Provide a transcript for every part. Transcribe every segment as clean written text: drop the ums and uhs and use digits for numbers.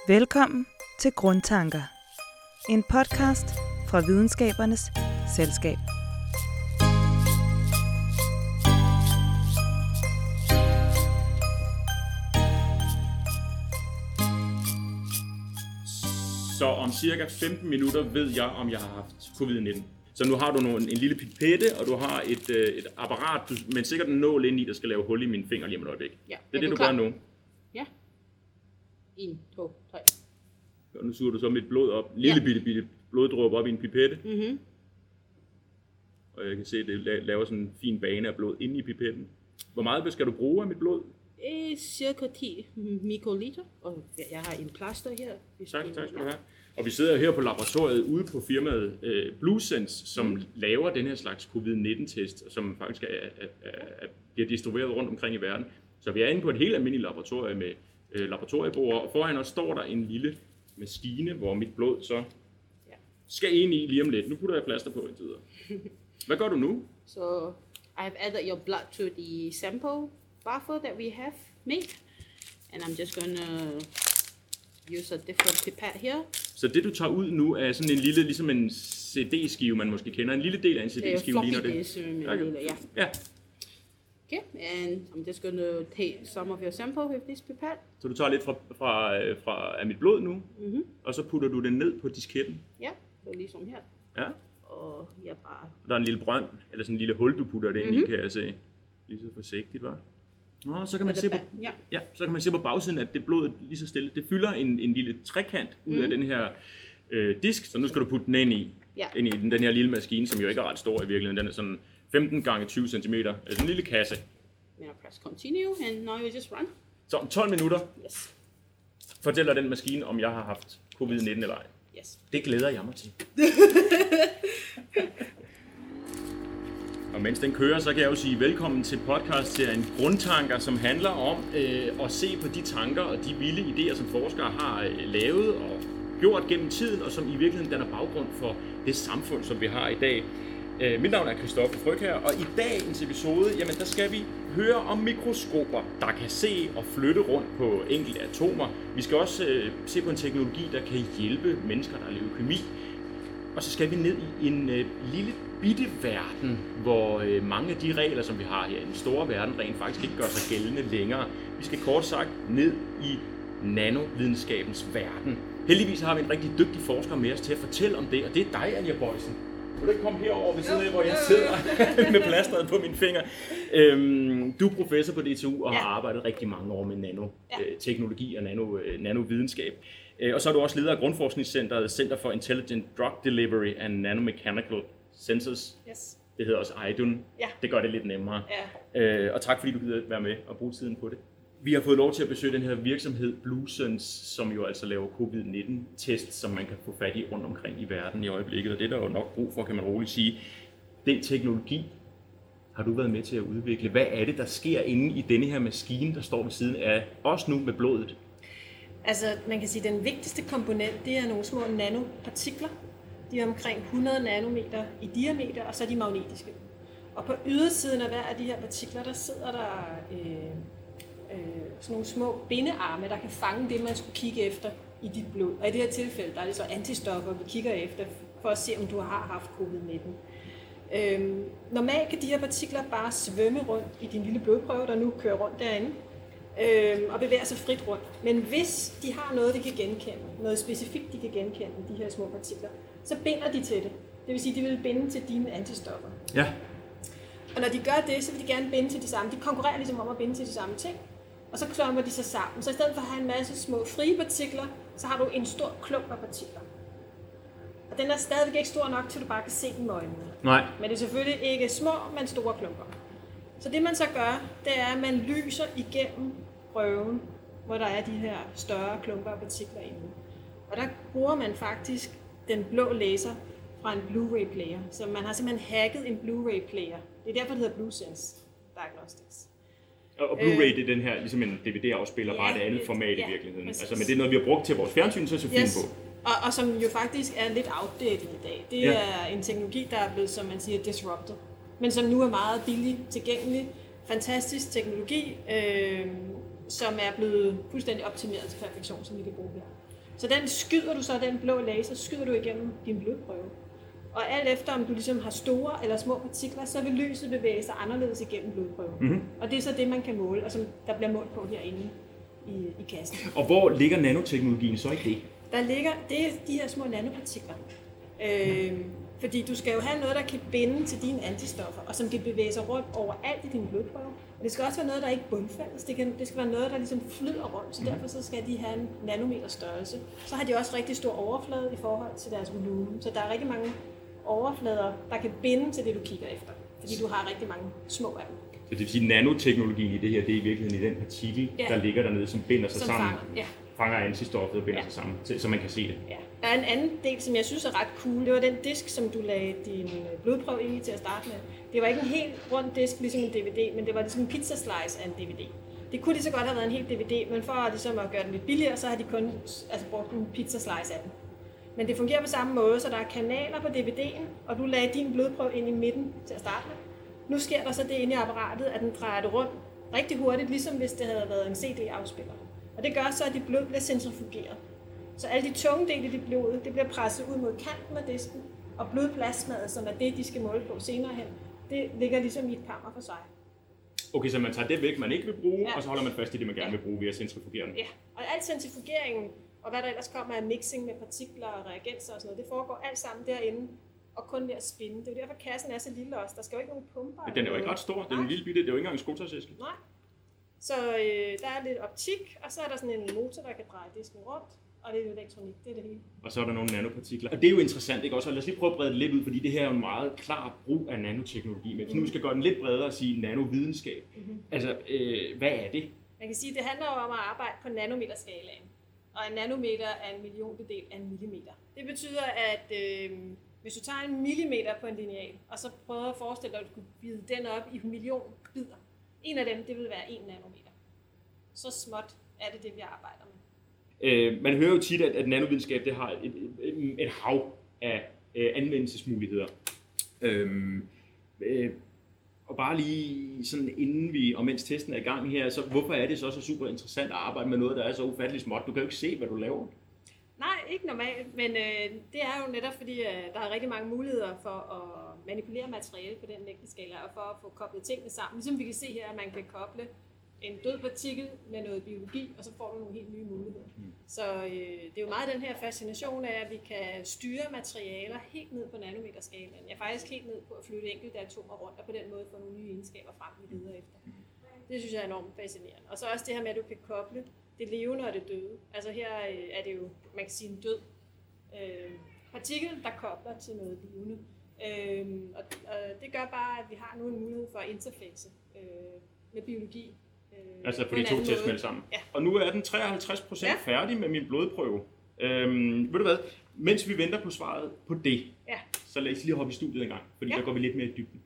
Velkommen til Grundtanker. En podcast fra Videnskabernes Selskab. Så om cirka 15 minutter ved jeg, om jeg har haft covid-19. Så nu har du en lille pipette, og du har et apparat, men sikkert en nål ind i, der skal lave hul i mine fingre lige om et øjeblik. Ja. Det er det, du gør nu. Ja. 1, 2, 3. Og nu suger du så mit blod op. Lille bitte bloddråbe op i en pipette. Mm-hmm. Og jeg kan se, at det laver sådan en fin bane af blod inde i pipetten. Hvor meget skal du bruge af mit blod? Cirka 10 mikroliter. Og jeg har en plaster her. Tak skal du have. Og vi sidder her på laboratoriet ude på firmaet BlueSense, som laver den her slags covid-19-test, som faktisk bliver distribueret rundt omkring i verden. Så vi er inde på et helt almindeligt laboratorium med laboratoriebord, og foran os står der en lille maskine, hvor mit blod så skal ind i lige om lidt. Nu putter jeg plaster på indtil videre. Hvad gør du nu? So I've added your blood to the sample buffer that we have made, and I'm just gonna use a different pipette here. Så det du tager ud nu er sådan en lille, ligesom en CD-skive, man måske kender. En lille del af en CD-skive ligner det. Ja. Okay, and I'm just going to take some of your sample with this pipette. Så du tager lidt af mit blod nu, og så putter du det ned på disketten. Ja, så ligesom her. Ja. Og jeg bare... Der er en lille brønd, eller sådan en lille hul, du putter det ind i, kan jeg se. Lige så forsigtigt, hva'? Nå, så kan man se på bagsiden, at det blodet lige så stille. Det fylder en lille trekant ud af den her disk, så nu skal du putte den ind i den her lille maskine, som jo ikke er ret stor i virkeligheden. Den er sådan 15 gange 20 cm, altså en lille kasse. Then I press continue, and now you just run. Så om 12 minutter Yes. fortæller den maskine, om jeg har haft covid-19 eller ej. Yes. Det glæder jeg mig til. Og mens den kører, så kan jeg jo sige velkommen til podcast-serien Grundtanker, som handler om at se på de tanker og de vilde idéer, som forskere har lavet og gjort gennem tiden, og som i virkeligheden danner baggrund for det samfund, som vi har i dag. Mit navn er Christoffer Frøkjær, og i dagens episode, jamen der skal vi høre om mikroskoper, der kan se og flytte rundt på enkelte atomer. Vi skal også se på en teknologi, der kan hjælpe mennesker, der har leukæmi. Og så skal vi ned i en lille bitte verden, hvor mange af de regler, som vi har her i den store verden, rent faktisk ikke gør sig gældende længere. Vi skal kort sagt ned i nanovidenskabens verden. Heldigvis har vi en rigtig dygtig forsker med os til at fortælle om det, og det er dig, Anja Boysen. Vil du ikke komme herover ved siden af, hvor jeg sidder med plasteret på mine fingre? Du er professor på DTU og har arbejdet rigtig mange år med nanoteknologi og nanovidenskab. Og så er du også leder af Grundforskningscenteret Center for Intelligent Drug Delivery and Nanomechanical Sensors. Yes. Det hedder også IDUN. Ja. Det gør det lidt nemmere. Ja. Og tak fordi du gider være med og bruge tiden på det. Vi har fået lov til at besøge den her virksomhed BlueSense, som jo altså laver covid-19-test, som man kan få fat i rundt omkring i verden i øjeblikket. Og det er der jo nok brug for, kan man roligt sige. Den teknologi har du været med til at udvikle. Hvad er det, der sker inde i denne her maskine, der står ved siden af os nu med blodet? Altså, man kan sige, at den vigtigste komponent, det er nogle små nanopartikler. De er omkring 100 nanometer i diameter, og så er de magnetiske. Og på ydersiden af hver af de her partikler, der sidder der sådan nogle små bindearme, der kan fange det, man skulle kigge efter i dit blod. Og i det her tilfælde, der er det så antistoffer, vi kigger efter, for at se, om du har haft covid-19. Normalt kan de her partikler bare svømme rundt i din lille blodprøve, der nu kører rundt derinde, og bevæger sig frit rundt. Men hvis de har noget, de kan genkende, noget specifikt, de kan genkende, de her små partikler, så binder de til det. Det vil sige, de vil binde til dine antistoffer. Ja. Og når de gør det, så vil de gerne binde til de samme. De konkurrerer ligesom om at binde til de samme ting. Og så klumper de sig sammen. Så i stedet for at have en masse små frie partikler, så har du en stor klump af partikler. Og den er stadigvæk ikke stor nok, til du bare kan se dem med øjnene. Nej. Men det er selvfølgelig ikke små, men store klumper. Så det man så gør, det er, at man lyser igennem prøven, hvor der er de her større klumper af partikler inde. Og der bruger man faktisk den blå laser fra en Blu-ray player. Så man har simpelthen hacket en Blu-ray player. Det er derfor, det hedder BlueSense Diagnostics. Og Blu-ray, det er den her, ligesom en DVD-afspiller, bare det andet format i virkeligheden. Altså, men det er noget, vi har brugt til vores fjernsyn, så film på. Og som jo faktisk er lidt outdated i dag. Det er en teknologi, der er blevet, som man siger, disrupted. Men som nu er meget billig, tilgængelig, fantastisk teknologi, som er blevet fuldstændig optimeret til perfektion, som vi kan bruge her. Så den skyder du så, den blå laser, skyder du igennem din blodprøve. Og alt efter, om du ligesom har store eller små partikler, så vil lyset bevæge sig anderledes igennem blodprøven. Mm-hmm. Og det er så det, man kan måle, og som der bliver målt på herinde i kassen. Og hvor ligger nanoteknologien så i det? Det er de her små nanopartikler. Fordi du skal jo have noget, der kan binde til dine antistoffer, og som kan bevæge sig rundt overalt i din blodprøve. Og det skal også være noget, der ikke bundfældes. Det skal være noget, der ligesom flyder rundt, så derfor så skal de have en nanometer størrelse. Så har de også rigtig stor overflade i forhold til deres volumen. Så der er rigtig mange overflader, der kan binde til det, du kigger efter. Fordi du har rigtig mange små af dem. Så det vil sige, at nanoteknologien i det her, det er i virkeligheden i den partikel, der ligger dernede, som binder sig sammen. Fanger antistoffet og binder sig sammen, så man kan se det. Ja. Der er en anden del, som jeg synes er ret cool. Det var den disk, som du lagde din blodprøve i til at starte med. Det var ikke en helt rund disk, ligesom en DVD, men det var ligesom en pizza slice af en DVD. Det kunne lige så godt have været en hel DVD, men for ligesom at gøre den lidt billigere, så har de kun brugt en pizza slice af den. Men det fungerer på samme måde, så der er kanaler på DVD'en, og du lagde din blodprøve ind i midten til at starte med. Nu sker der så det inde i apparatet, at den drejer det rundt rigtig hurtigt, ligesom hvis det havde været en CD-afspiller. Og det gør så, at dit blod bliver centrifugeret. Så alle de tunge dele i dit blod, det bliver presset ud mod kanten af disken, og blodplasmaet, som er det, de skal måle på senere hen, det ligger ligesom i et kammer for sig. Okay, så man tager det væk, man ikke vil bruge, og så holder man fast i det, man gerne vil bruge ved at centrifugere den. Ja, og al centrifugeringen, og hvad der ellers kommer af mixing med partikler og reagenser og sådan noget, det foregår alt sammen derinde, og kun ved at spinde. Det er jo derfor, kassen er så lille også. Der skal jo ikke nogen pumper. Men den er jo ikke ret stor. Den er en lille bitte. Det er jo ikke engang en skotøjsæske. Nej. Så der er lidt optik, og så er der sådan en motor, der kan dreje disken rundt, og det er jo elektronik, det er det hele. Og så er der nogle nanopartikler. Og det er jo interessant, ikke også? Og lad os lige prøve at brede det lidt ud, fordi det her er jo en meget klar brug af nanoteknologi. Men hvis nu skal gøre den lidt bredere og sige nanovidenskab. Mm-hmm. Altså, hvad er det? Man kan sige, at det handler jo om at arbejde på nanometerskalaen. Og en nanometer er en milliontedel af en millimeter. Det betyder, at hvis du tager en millimeter på en lineal, og så prøver at forestille dig, at du kunne bide den op i en million bidder. En af dem, det vil være 1 nanometer. Så småt er det, vi arbejder med. Man hører jo tit, at nanovidenskab det har et hav af anvendelsesmuligheder. Og bare lige sådan inden vi, og mens testen er i gang her, så hvorfor er det så super interessant at arbejde med noget, der er så ufatteligt småt? Du kan jo ikke se, hvad du laver. Nej, ikke normalt, men det er jo netop fordi, der er rigtig mange muligheder for at manipulere materiale på den længdeskala, og for at få koblet tingene sammen. Ligesom vi kan se her, at man kan koble en død partikel med noget biologi, og så får du nogle helt nye muligheder. Så det er jo meget den her fascination af, at vi kan styre materialer helt ned på nanometerskalaen. Ja, faktisk helt ned på at flytte enkelte atomer rundt, og på den måde få nogle nye egenskaber frem, vi leder efter. Det synes jeg er enormt fascinerende. Og så også det her med, at du kan koble det levende og det døde. Altså her er det jo, man kan sige, en død partikel, der kobler til noget levende. Og det gør bare, at vi har nu en mulighed for at interface med biologi. Altså på de to til at smelte sammen. Ja. Og nu er den 53% færdig med min blodprøve. Ved du hvad? Mens vi venter på svaret på det, så lad os lige hoppe i studiet en gang, fordi der går vi lidt mere i dybden.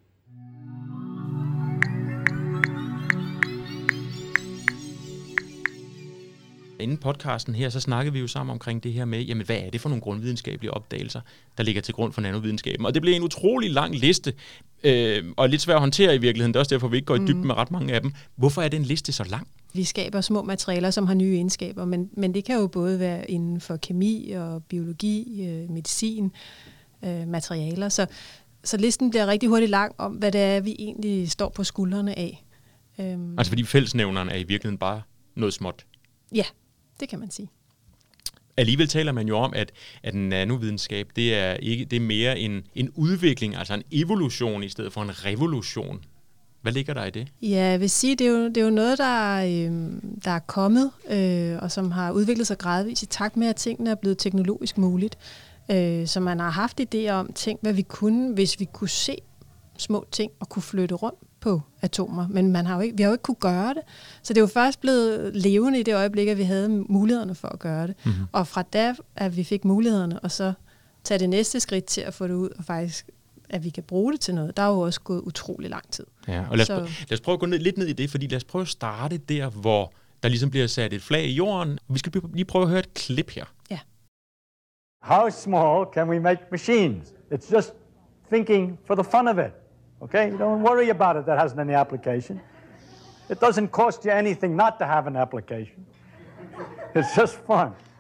Inden podcasten her, så snakkede vi jo sammen omkring det her med, jamen hvad er det for nogle grundvidenskabelige opdagelser, der ligger til grund for nanovidenskaben. Og det blev en utrolig lang liste, og lidt svært at håndtere i virkeligheden. Det er også derfor, vi ikke går i dybden med ret mange af dem. Hvorfor er den liste så lang? Vi skaber små materialer, som har nye egenskaber, men det kan jo både være inden for kemi og biologi, medicin, materialer. Så listen bliver rigtig hurtigt lang om, hvad det er, vi egentlig står på skuldrene af. Altså fordi fællesnævneren er i virkeligheden bare noget småt? Ja, det kan man sige. Alligevel taler man jo om, at nanovidenskab, det er mere en udvikling, altså en evolution i stedet for en revolution. Hvad ligger der i det? Ja, jeg vil sige, det er jo noget, der er kommet, og som har udviklet sig gradvist i takt med, at tingene er blevet teknologisk muligt. Så man har haft idéer om hvad vi kunne, hvis vi kunne se små ting og kunne flytte rundt på atomer, men vi har jo ikke kunne gøre det. Så det er jo først blevet levende i det øjeblik, at vi havde mulighederne for at gøre det. Mm-hmm. Og fra da, at vi fik mulighederne, og så tage det næste skridt til at få det ud, og faktisk, at vi kan bruge det til noget, der er jo også gået utrolig lang tid. Ja, og lad os prøve at gå lidt ned i det, fordi lad os prøve at starte der, hvor der ligesom bliver sat et flag i jorden. Vi skal lige prøve at høre et klip her. Ja. How small can we make machines? It's just thinking for the fun of it. Okay, you don't worry about it that hasn't any application. It doesn't cost you anything not to have an application. It's just fun.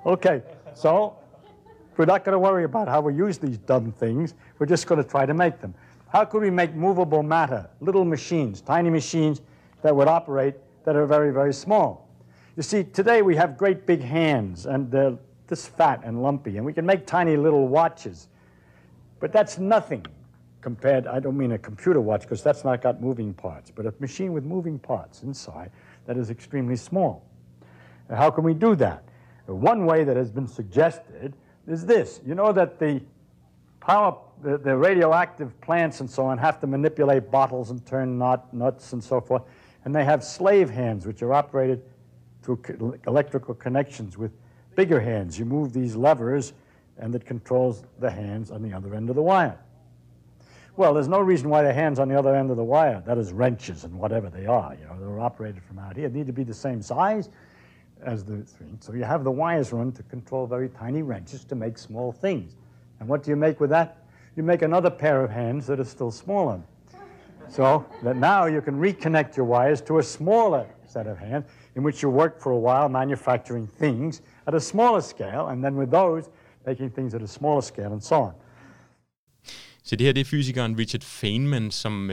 Okay, so we're not going to worry about how we use these dumb things. We're just going to try to make them. How could we make movable matter, little machines, tiny machines that would operate that are very, very small? You see, today we have great big hands, and they're this fat and lumpy, and we can make tiny little watches. But that's nothing compared, I don't mean a computer watch, because that's not got moving parts, but a machine with moving parts inside that is extremely small. Now, how can we do that? One way that has been suggested is this. You know that the radioactive plants and so on have to manipulate bottles and turn nuts and so forth, and they have slave hands which are operated through electrical connections with bigger hands. You move these levers, and it controls the hands on the other end of the wire. Well, there's no reason why the hands on the other end of the wire, that is wrenches and whatever they are, you know, they're operated from out here, need to be the same size as the thing. So you have the wires run to control very tiny wrenches to make small things. And what do you make with that? You make another pair of hands that are still smaller. So that now you can reconnect your wires to a smaller set of hands in which you work for a while manufacturing things at a smaller scale, and then with those, making things at a smaller scale, and so on. Så det her, det er fysikeren Richard Feynman, som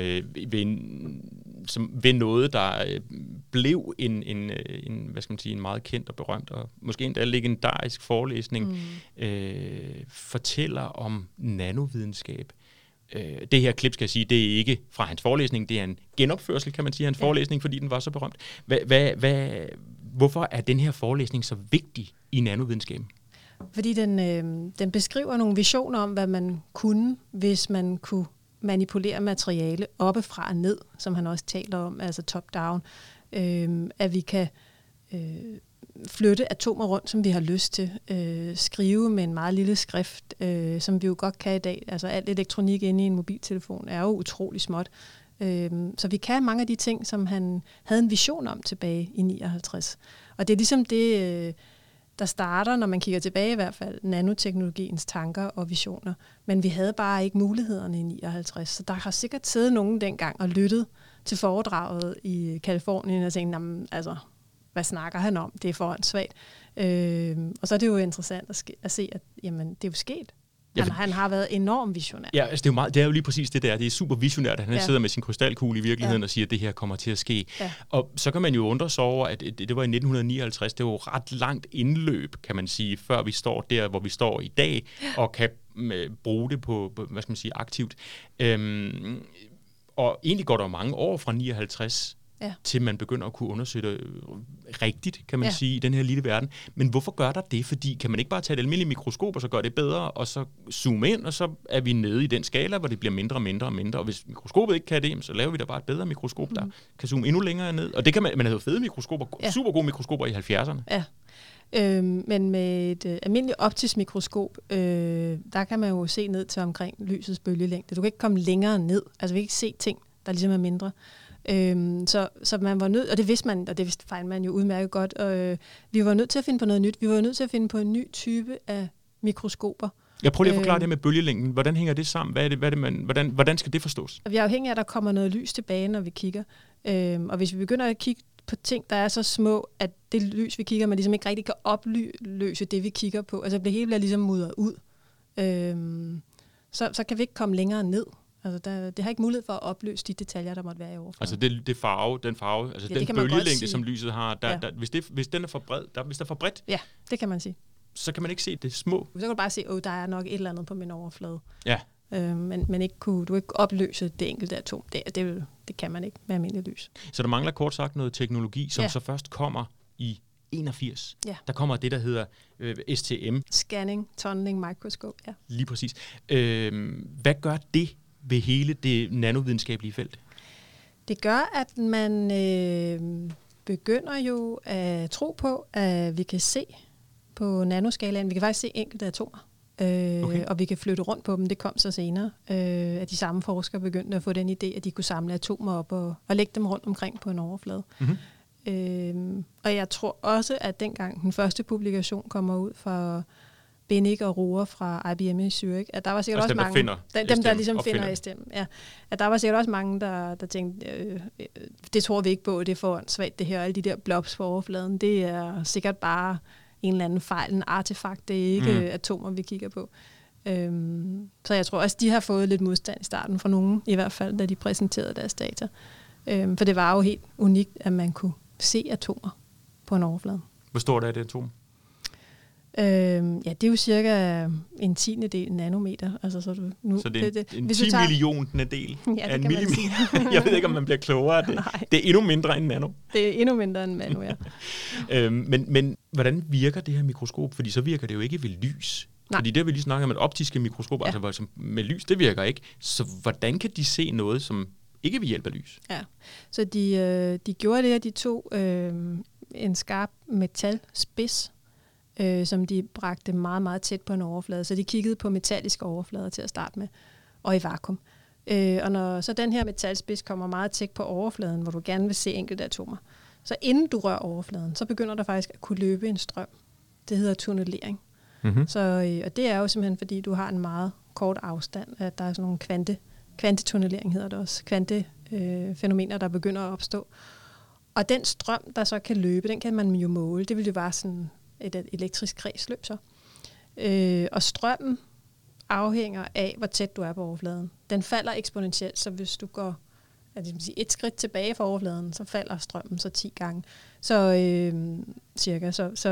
ved noget, der blev en hvad skal man sige, en meget kendt og berømt, og måske endda legendarisk forelæsning, fortæller om nanovidenskab. Det her klip, skal jeg sige, det er ikke fra hans forelæsning, det er en genopførsel, kan man sige, af hans forelæsning, fordi den var så berømt. Hvorfor er den her forelæsning så vigtig i nanovidenskaben? Fordi den beskriver nogle visioner om, hvad man kunne, hvis man kunne manipulere materiale oppefra og ned, som han også taler om, altså top-down. At vi kan flytte atomer rundt, som vi har lyst til. Skrive med en meget lille skrift, som vi jo godt kan i dag. Altså alt elektronik inde i en mobiltelefon er jo utrolig småt. Så vi kan mange af de ting, som han havde en vision om tilbage i 59. Og det er ligesom det, der starter, når man kigger tilbage i hvert fald, nanoteknologiens tanker og visioner. Men vi havde bare ikke mulighederne i 59. Så der har sikkert siddet nogen dengang og lyttet til foredraget i Kalifornien og tænkt, altså, hvad snakker han om? Det er forhåndssvagt. Og så er det jo interessant at se, at jamen, det er jo sket. Han har været enormt visionær. Ja, altså det er jo lige præcis det der. Det er super visionært, at han sidder med sin krystalkugle i virkeligheden og siger, at det her kommer til at ske. Ja. Og så kan man jo undre sig over, at det var i 1959, det var jo ret langt indløb, kan man sige, før vi står der, hvor vi står i dag, og kan bruge det på hvad skal man sige, aktivt. Og egentlig går der mange år fra 59 til man begynder at kunne undersøge det rigtigt, kan man sige, i den her lille verden. Men hvorfor gør der det? Fordi kan man ikke bare tage et almindeligt mikroskop, og så gøre det bedre, og så zoome ind, og så er vi nede i den skala, hvor det bliver mindre og mindre og mindre. Og hvis mikroskopet ikke kan det, så laver vi da bare et bedre mikroskop, der kan zoome endnu længere ned. Og det kan man havde jo fede mikroskoper, super gode mikroskoper i 70'erne. Ja. Men med et almindeligt optisk mikroskop, der kan man jo se ned til omkring lysets bølgelængde. Du kan ikke komme længere ned. Altså vi kan ikke se ting, der ligesom er mindre. Så man var nødt, og det vidste man, og det vidste Feynman jo udmærket godt, og vi var nødt til at finde på noget nyt. Vi var nødt til at finde på en ny type af mikroskoper. Jeg prøver lige at forklare det med bølgelængden. Hvordan hænger det sammen? Hvordan skal det forstås? Vi er afhængige af, at der kommer noget lys tilbage, når vi kigger. Og hvis vi begynder at kigge på ting, der er så små, at det lys, vi kigger, man ligesom ikke rigtig kan opløse det, vi kigger på. Altså det hele bliver ligesom mudret ud. Så kan vi ikke komme længere ned. Altså det har ikke mulighed for at opløse de detaljer, der måtte være i overfladen. Altså den farve, altså den bølgelængde, som lyset har, hvis den er for bred, hvis der er for bredt, det kan man sige. Så kan man ikke se det små. Så kan du bare se, der er nok et eller andet på min overflade. Ja. Men du kan ikke opløse det enkelte atom. Det kan man ikke med almindelig lys. Så der mangler kort sagt noget teknologi, som så først kommer i 81. Ja. Der kommer det, der hedder STM. Scanning, tunneling, microscope, ja. Lige præcis. Hvad gør det ved hele det nanovidenskabelige felt? Det gør, at man begynder jo at tro på, at vi kan se på nanoskalaen. Vi kan faktisk se enkelte atomer, og vi kan flytte rundt på dem. Det kom så senere, at de samme forskere begyndte at få den idé, at de kunne samle atomer op og lægge dem rundt omkring på en overflade. Mm-hmm. Og jeg tror også, at dengang den første publikation kommer ud fra Benig og Rohr fra IBM i Zürich, at der var sikkert også mange, der ligesom finder STM. Ja, at der var sikkert også mange, der tænkte, det tror vi ikke på, det er for svagt det her, alle de der blobs på overfladen, det er sikkert bare en eller anden fejl, en artefakt. Det er ikke atomer, vi kigger på. Så jeg tror også, de har fået lidt modstand i starten fra nogen, i hvert fald, da de præsenterede deres data. For det var jo helt unikt, at man kunne se atomer på en overflade. Hvor stort er det atom? Det er jo cirka en 10. nanometer. Altså, så det er en 10 milliontende del af en millimeter. Jeg ved ikke, om man bliver klogere af det. Det er endnu mindre end nano. Det er endnu mindre end nano, ja. Men hvordan virker det her mikroskop? Fordi så virker det jo ikke ved lys. Nej. Fordi det har vi lige snakket om, at optiske mikroskoper, altså med lys, det virker ikke. Så hvordan kan de se noget, som ikke ved hjælp af lys? Ja, så de gjorde det, at de tog en skarp metalspids, som de bragte meget, meget tæt på en overflade. Så de kiggede på metalliske overflader til at starte med, og i vakuum. Og når så den her metalspids kommer meget tæt på overfladen, hvor du gerne vil se enkelte atomer, så inden du rører overfladen, så begynder der faktisk at kunne løbe en strøm. Det hedder tunnelering. Mm-hmm. Og det er jo simpelthen, fordi du har en meget kort afstand, at der er sådan nogle kvantetunnelering hedder det også, kvantefænomener, der begynder at opstå. Og den strøm, der så kan løbe, den kan man jo måle. Det vil jo være sådan et elektrisk kredsløb så. Og strømmen afhænger af, hvor tæt du er på overfladen. Den falder eksponentielt, så hvis du går et skridt tilbage fra overfladen, så falder strømmen så 10 gange. Så cirka.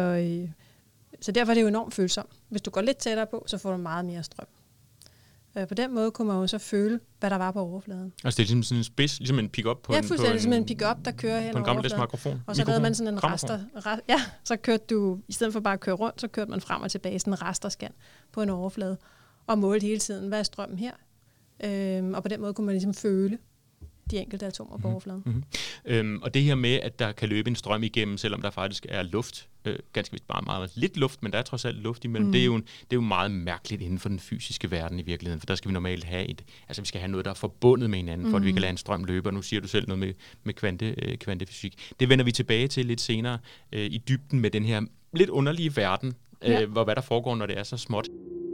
Så derfor er det jo enormt følsomt. Hvis du går lidt tættere på, så får du meget mere strøm. På den måde kunne man jo så føle, hvad der var på overfladen. Altså det er ligesom sådan en spids, ligesom en pick-up på fuldstændig som en pick-up, der kører hen over overfladen. Mikrofon. Og så lavede man sådan en så kørte du, i stedet for bare at køre rundt, så kørte man frem og tilbage, sådan en rasterscan på en overflade, og målte hele tiden, hvad er strømmen her? Og på den måde kunne man ligesom føle de enkelte atomer på overfladen. Og det her med, at der kan løbe en strøm igennem, selvom der faktisk er luft, ganske vist bare meget lidt luft, men der er trods alt luft imellem, det er jo meget mærkeligt inden for den fysiske verden i virkeligheden, for der skal vi normalt have vi skal have noget, der er forbundet med hinanden, for at vi kan lade en strøm løbe, og nu siger du selv noget med kvantefysik. Det vender vi tilbage til lidt senere i dybden med den her lidt underlige verden, hvor hvad der foregår, når det er så småt.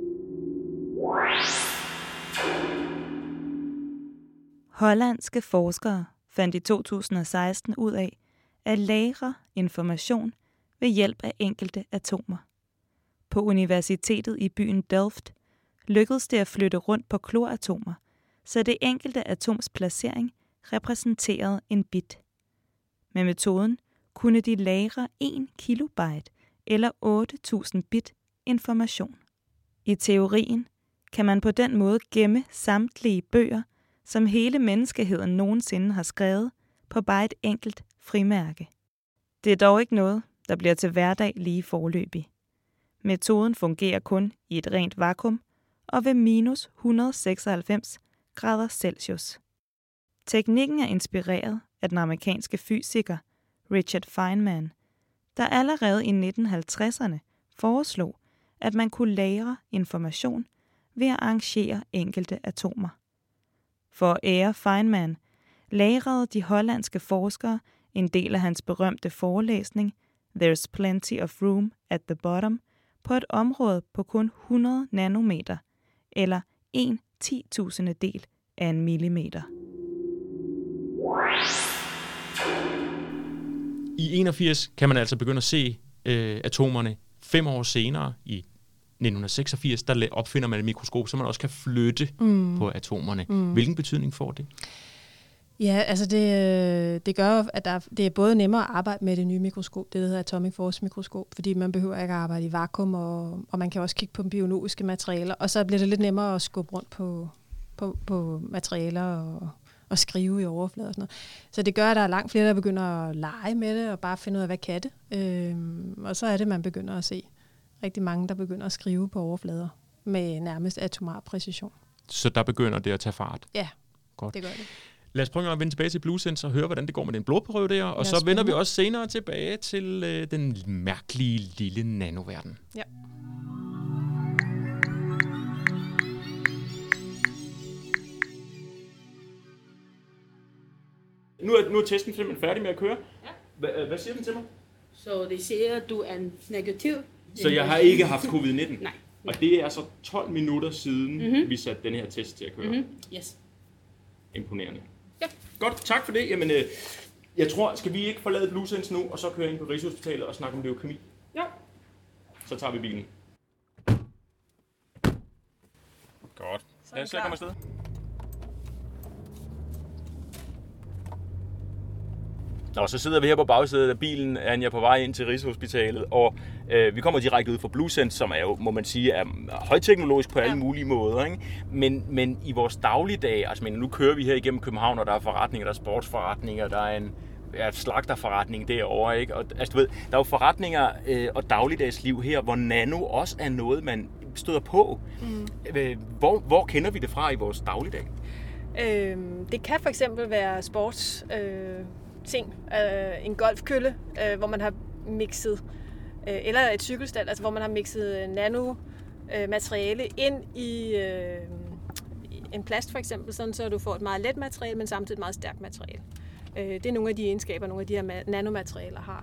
Hollandske forskere fandt i 2016 ud af at lagre information ved hjælp af enkelte atomer. På universitetet i byen Delft lykkedes det at flytte rundt på kloratomer, så det enkelte atoms placering repræsenterede en bit. Med metoden kunne de lagre 1 kilobyte eller 8.000 bit information. I teorien kan man på den måde gemme samtlige bøger, som hele menneskeheden nogensinde har skrevet, på bare et enkelt frimærke. Det er dog ikke noget, der bliver til hverdag lige foreløbig. Metoden fungerer kun i et rent vakuum og ved minus 196 grader Celsius. Teknikken er inspireret af den amerikanske fysiker Richard Feynman, der allerede i 1950'erne foreslog, at man kunne lagre information ved at arrangere enkelte atomer. For at ære Feynman lagrede de hollandske forskere en del af hans berømte forelæsning There's Plenty of Room at the Bottom på et område på kun 100 nanometer, eller 1/10.000 af en millimeter. I 81 kan man altså begynde at se atomerne 5 år senere i 1986, der opfinder man et mikroskop, så man også kan flytte på atomerne. Hvilken betydning får det? Ja, altså det gør, at det er både nemmere at arbejde med det nye mikroskop, det hedder Atomic Force mikroskop, fordi man behøver ikke at arbejde i vakuum, og man kan også kigge på biologiske materialer, og så bliver det lidt nemmere at skubbe rundt på materialer og skrive i overflader og sådan noget. Så det gør, at der er langt flere, der begynder at lege med det, og bare finde ud af, hvad kan det. Og så er det, man begynder at se rigtig mange, der begynder at skrive på overflader med nærmest atomar præcision. Så der begynder det at tage fart? Ja, godt. Det gør det. Lad os prøve at vende tilbage til BlueSense og høre, hvordan det går med den blodprøve der, og så vender vi også senere tilbage til den mærkelige lille nanoverden. Ja. Nu er testen simpelthen færdig med at køre. Ja. Hvad siger den til mig? Så det siger, at du er negativ. Så jeg har ikke haft covid-19? Nej. Og det er så 12 minutter siden, vi satte den her test til at køre. Yes. Imponerende. Ja. Godt, tak for det. Jamen, jeg tror, skal vi ikke forlade BlueSense nu, og så køre ind på Rigshospitalet og snakke om leukemi? Ja. Så tager vi bilen. Godt. Lad os se at komme afsted. Nå, så sidder vi her på bagsædet af bilen, Anja, på vej ind til Rigshospitalet, og vi kommer direkte ud fra Bluecent, som er jo, må man sige, er højteknologisk på alle mulige måder, ikke? Men i vores dagligdag, altså nu kører vi her igennem København, og der er forretninger, der er sportsforretninger, der er en slagterforretning derovre, ikke? Og altså, du ved, der er jo forretninger og dagligdagsliv her, hvor nano også er noget, man støder på. Hvor kender vi det fra i vores dagligdag? Det kan for eksempel være sports ting, en golfkølle, hvor man har mixet, eller et cykelstal, altså hvor man har mixet nanomateriale ind i en plast for eksempel, sådan så du får et meget let materiale, men samtidig et meget stærkt materiale. Det er nogle af de egenskaber, nogle af de her nanomaterialer har.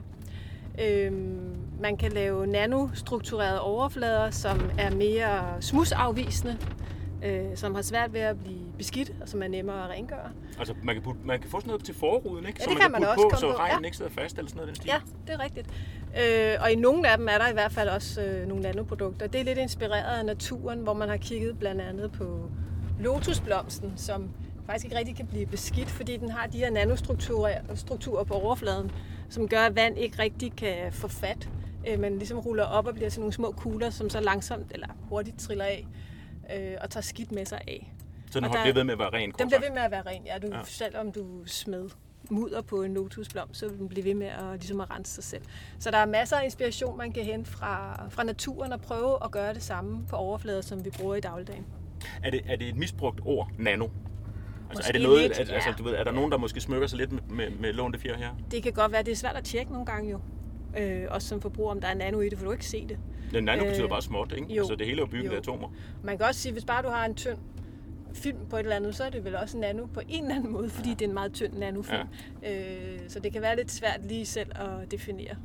Man kan lave nanostrukturerede overflader, som er mere smudsafvisende, som har svært ved at blive beskidt, og som er nemmere at rengøre. Altså man kan få sådan noget til forruden, ikke? Ja, så det kan man også på, så regnen ikke sidder fast eller sådan noget den stil. Ja, det er rigtigt. Og i nogle af dem er der i hvert fald også nogle nanoprodukter. Det er lidt inspireret af naturen, hvor man har kigget blandt andet på lotusblomsten, som faktisk ikke rigtig kan blive beskidt, fordi den har de her nanostrukturer på overfladen, som gør, at vand ikke rigtig kan få fat. Man ligesom ruller op og bliver til nogle små kugler, som så langsomt eller hurtigt triller af og tager skidt med sig af. Så den bliver ved med at være ren? Den bliver ved med at være ren, ja. Selvom du smed mudder på en lotusblomst, så vil den blive ved med at rense sig selv. Så der er masser af inspiration, man kan hente fra naturen og prøve at gøre det samme på overflader, som vi bruger i dagligdagen. Er det et misbrugt ord, nano? Altså, er det noget, lidt, altså, du ved, er der nogen, der måske smykker sig lidt med lånte fjer her? Det kan godt være, det er svært at tjekke nogle gange jo. Også som forbruger, om der er nano i det, for du ikke se det. Den nano betyder bare småt, ikke? Jo, altså det hele er bygget af atomer. Man kan også sige, hvis bare du har en tynd film på et eller andet, så er det vel også nano på en eller anden måde, fordi det er en meget tynd nanofilm. Ja. Så det kan være lidt svært lige selv at definere.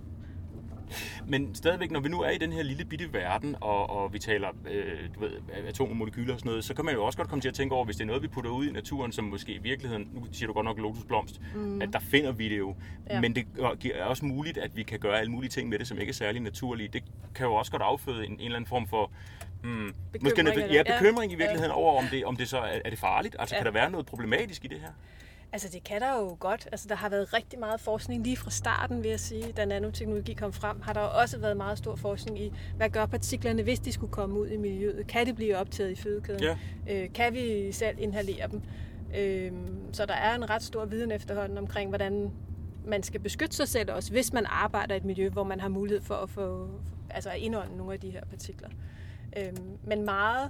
Men stadigvæk, når vi nu er i den her lille bitte verden, og vi taler du ved, atomer, molekyler og sådan noget, så kan man jo også godt komme til at tænke over, hvis det er noget, vi putter ud i naturen, som måske i virkeligheden, nu siger du godt nok lotusblomst, at der finder vi det jo. Ja. Men det er også muligt, at vi kan gøre alle mulige ting med det, som ikke er særlig naturlige. Det kan jo også godt afføde en eller anden form for bekymring i virkeligheden over, om det så er det farligt. Altså kan der være noget problematisk i det her? Altså det kan der jo godt. Altså der har været rigtig meget forskning lige fra starten, vil jeg sige, da nanoteknologi kom frem, har der også været meget stor forskning i, hvad gør partiklerne, hvis de skulle komme ud i miljøet? Kan de blive optaget i fødekæden? Ja. Kan vi selv inhalere dem? Så der er en ret stor viden efterhånden omkring, hvordan man skal beskytte sig selv også, hvis man arbejder i et miljø, hvor man har mulighed for at få, altså at indånde nogle af de her partikler. Men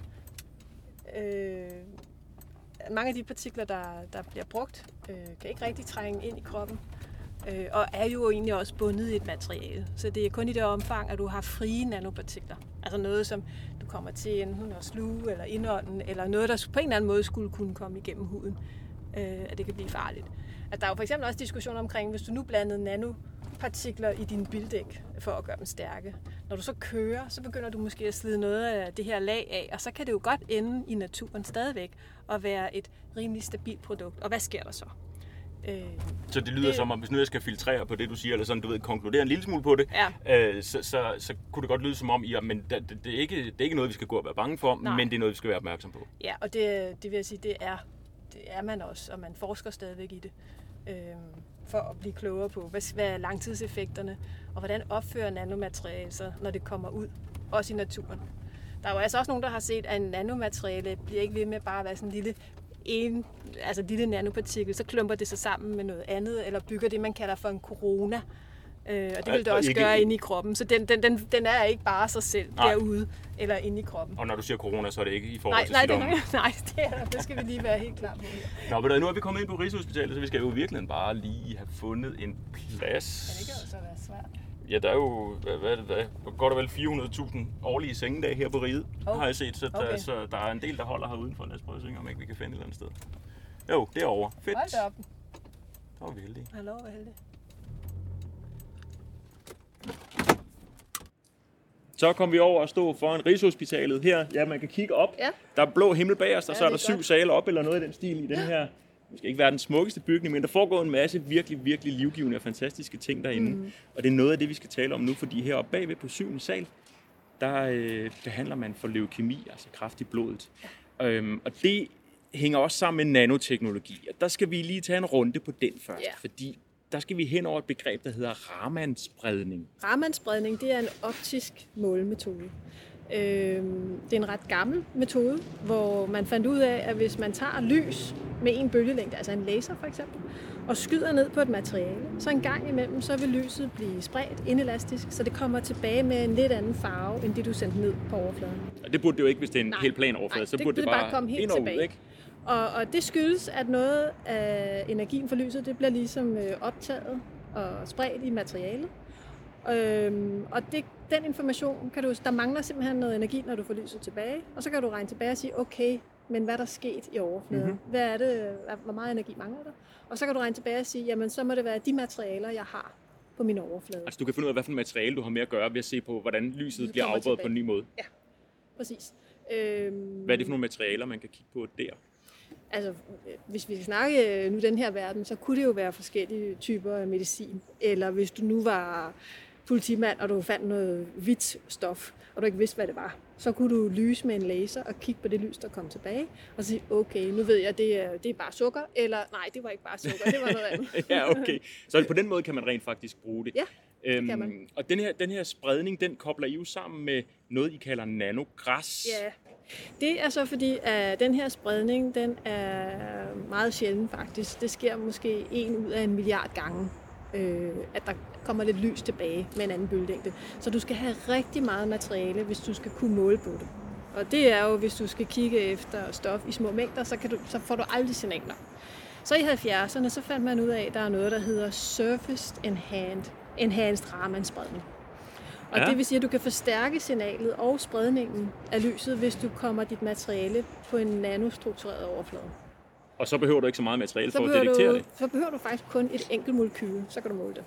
mange af de partikler, der bliver brugt, kan ikke rigtig trænge ind i kroppen, og er jo egentlig også bundet i et materiale. Så det er kun i det omfang, at du har frie nanopartikler. Altså noget, som du kommer til enten at sluge eller indånden, eller noget, der på en eller anden måde skulle kunne komme igennem huden, at det kan blive farligt. Altså, der er jo for eksempel også diskussioner omkring, hvis du nu blandede nanopartikler i dine bildæk for at gøre dem stærke. Når du så kører, så begynder du måske at slide noget af det her lag af, og så kan det jo godt ende i naturen stadigvæk og være et rimelig stabilt produkt. Og hvad sker der så? Så det lyder som om, hvis nu jeg skal filtrere på det, du siger, eller sådan, du ved, konkludere en lille smule på det, så kunne det godt lyde som om, men det er ikke noget, vi skal gå og være bange for, men det er noget, vi skal være opmærksom på. Ja, og det vil jeg sige, det er man også, og man forsker stadigvæk i det, for at blive klogere på, hvad er langtidseffekterne, og hvordan opfører nanomateriale sig, når det kommer ud, også i naturen. Der er jo altså også nogen, der har set, at en nanomateriale bliver ikke ved med bare at være sådan en lille nanopartikel, så klumper det sig sammen med noget andet, eller bygger det, man kalder for en corona. Og det vil det også gøre inde i kroppen. Så den er ikke bare sig selv derude, eller inde i kroppen. Og når du siger corona, så er det ikke i forhold til sygdommen? Nej, det skal vi lige være helt klar på. Nå, men nu er vi kommet ind på Rigshospitalet, så vi skal jo virkelig bare lige have fundet en plads. Ja, det kan jo så være svært. Ja, der er jo godt og vel 400.000 årlige sengedage her på riget, har jeg set. Så der er en del, der holder her udenfor. Lad os prøve at synge, om ikke vi kan finde et eller andet sted. Jo, derovre. Fedt. Hold da op. Der var vi heldige. Hallo, hvor heldig. Så kom vi over og stå foran Rigshospitalet her. Ja, man kan kigge op. Ja. Der er blå himmel bag os, og så er der 7 sale op, eller noget i den stil i den her. Det skal ikke være den smukkeste bygning, men der foregår en masse virkelig, virkelig livgivende og fantastiske ting derinde. Og det er noget af det, vi skal tale om nu, fordi heroppe bagved på 7. sal, der behandler man for leukemi, altså kræft i blodet. Og det hænger også sammen med nanoteknologi. Og der skal vi lige tage en runde på den først, fordi der skal vi hen over et begreb, der hedder Raman-spredning. Raman-spredning, det er en optisk målemetode. Det er en ret gammel metode, hvor man fandt ud af, at hvis man tager lys med en bølgelængde, altså en laser for eksempel, og skyder ned på et materiale, så en gang imellem, så vil lyset blive spredt inelastisk, så det kommer tilbage med en lidt anden farve, end det du sendte ned på overfladen. Og det burde det jo ikke, hvis det er en helt plan overflade. Så burde det bare komme helt tilbage. Ud, ikke? Og det skyldes, at noget af energien for lyset, det bliver ligesom optaget og spredt i materialet. Og den information, der mangler simpelthen noget energi, når du får lyset tilbage. Og så kan du regne tilbage og sige, okay, men hvad er der sket i overfladen? Hvad er det? Hvor meget energi mangler der? Og så kan du regne tilbage og sige, jamen så må det være de materialer, jeg har på min overflade. Altså du kan finde ud af, hvad for et materiale du har med at gøre ved at se på, hvordan lyset bliver afbøjet på en ny måde. Ja, præcis. Hvad er det for nogle materialer, man kan kigge på der? Altså, hvis vi skal snakke nu den her verden, så kunne det jo være forskellige typer af medicin. Eller hvis du nu var politimand, og du fandt noget hvidt stof, og du ikke vidste, hvad det var, så kunne du lyse med en laser og kigge på det lys, der kom tilbage, og sige, okay, nu ved jeg, det er bare sukker, eller nej, det var ikke bare sukker, det var noget andet. Ja, okay. Så på den måde kan man rent faktisk bruge det. Ja, det kan man. Og den her spredning, den kobler I jo sammen med noget, I kalder nanogræs. Ja, det er så fordi, at den her spredning, den er meget sjælden faktisk. Det sker måske 1 ud af 1 milliard gange, at der kommer lidt lys tilbage med en anden bølgelængde. Så du skal have rigtig meget materiale, hvis du skal kunne måle på det. Og det er jo, hvis du skal kigge efter stof i små mængder, så får du aldrig signaler. Så i 70'erne, så fandt man ud af, at der er noget, der hedder Surface Enhanced Raman-spredning. Og det vil sige, at du kan forstærke signalet og spredningen af lyset, hvis du kommer dit materiale på en nanostruktureret overflade. Og så behøver du ikke så meget materiale for at detektere det? Så behøver du faktisk kun et enkelt molekyle, så kan du måle det.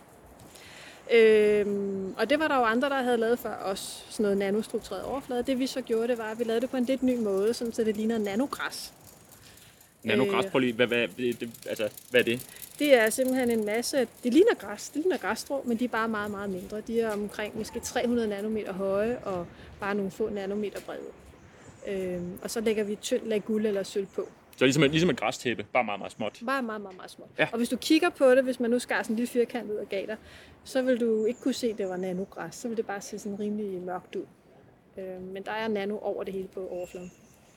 Og det var der jo andre, der havde lavet før os, sådan noget nanostruktureret overflade. Det vi så gjorde, det var, at vi lavede det på en lidt ny måde, sådan, så det ligner nanogræs. Nanogræs, prøv lige, hvad er det? Det er simpelthen en masse, det ligner græs, det ligner græsstrå, men de er bare meget, meget mindre. De er omkring måske 300 nanometer høje og bare nogle få nanometer brede. Og så lægger vi tynd lag guld eller sølv på. Så ligesom et græstæppe, bare meget, meget småt. Bare meget, meget, meget småt. Ja. Og hvis du kigger på det, hvis man nu skar sådan en lille firkant ud og gav dig, så vil du ikke kunne se, at det var nanogræs. Så vil det bare se sådan rimelig mørkt ud. Men der er nano over det hele på overfladen.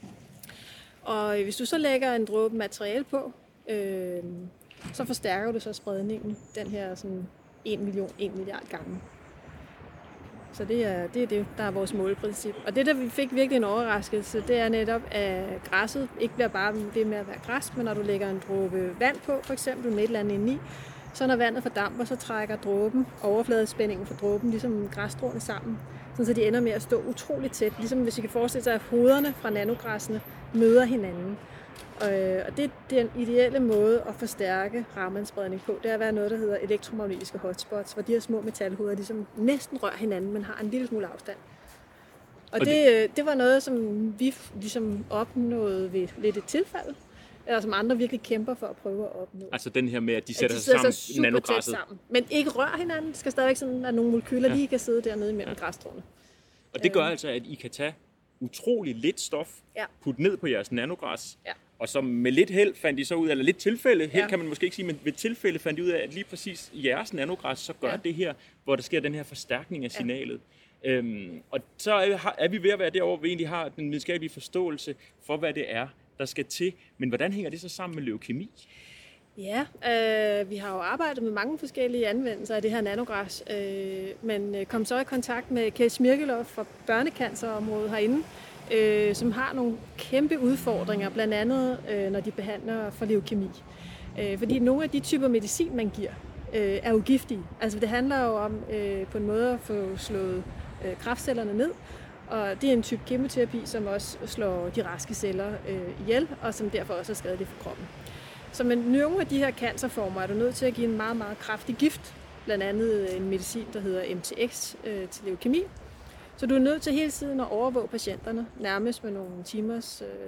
Og hvis du så lægger en dråbe materiale på, så forstærker du så spredningen, den her sådan 1 milliard gange. Så det er det, der er vores måleprincip. Og det, der vi fik virkelig en overraskelse, det er netop, at græsset ikke bliver bare det med at være græs, men når du lægger en dråbe vand på, for eksempel med et eller andet indeni, så når vandet fordamper, så trækker dråben, overfladespændingen for dråben, ligesom græsstråene sammen, så de ender med at stå utroligt tæt. Ligesom hvis I kan forestille sig, at hovederne fra nanogræssene møder hinanden. Og det er den ideelle måde at forstærke Raman-spredning på. Det er at være noget, der hedder elektromagnetiske hotspots, hvor de her små metalhoveder ligesom næsten rører hinanden, men har en lille smule afstand. Og det var noget, som vi ligesom opnåede ved lidt et tilfælde, eller som andre virkelig kæmper for at prøve at opnå. Altså den her med, at de sætter sig sammen, nanogræsset. Sammen. Men ikke rører hinanden. Det skal stadigvæk sådan, at nogle molekyler lige kan sidde dernede imellem græsstråene. Og det gør altså, at I kan tage utrolig lidt stof, putte ned på jeres nanogræs, og så med lidt held fandt I så ud af, eller lidt tilfælde, held kan man måske ikke sige, men ved tilfælde fandt I ud af, at lige præcis jeres nanogræs, så gør det her, hvor der sker den her forstærkning af signalet. Og så er vi ved at være derovre, hvor vi egentlig har den videnskabelige forståelse for, hvad det er, der skal til. Men hvordan hænger det så sammen med leukemi? Ja, vi har jo arbejdet med mange forskellige anvendelser af det her nanogræs, men kom så i kontakt med Kjeld Smirkelov fra børnecancerområdet herinde, som har nogle kæmpe udfordringer, blandt andet når de behandler for leukemi. Fordi nogle af de typer medicin, man giver, er jo giftige. Altså det handler jo om på en måde at få slået kræftcellerne ned, og det er en type kemoterapi, som også slår de raske celler ihjel, og som derfor også er skadelig for kroppen. Så med nogle af de her cancerformer er du nødt til at give en meget, meget kraftig gift, blandt andet en medicin, der hedder MTX til leukemi. Så du er nødt til hele tiden at overvåge patienterne, nærmest med nogle timers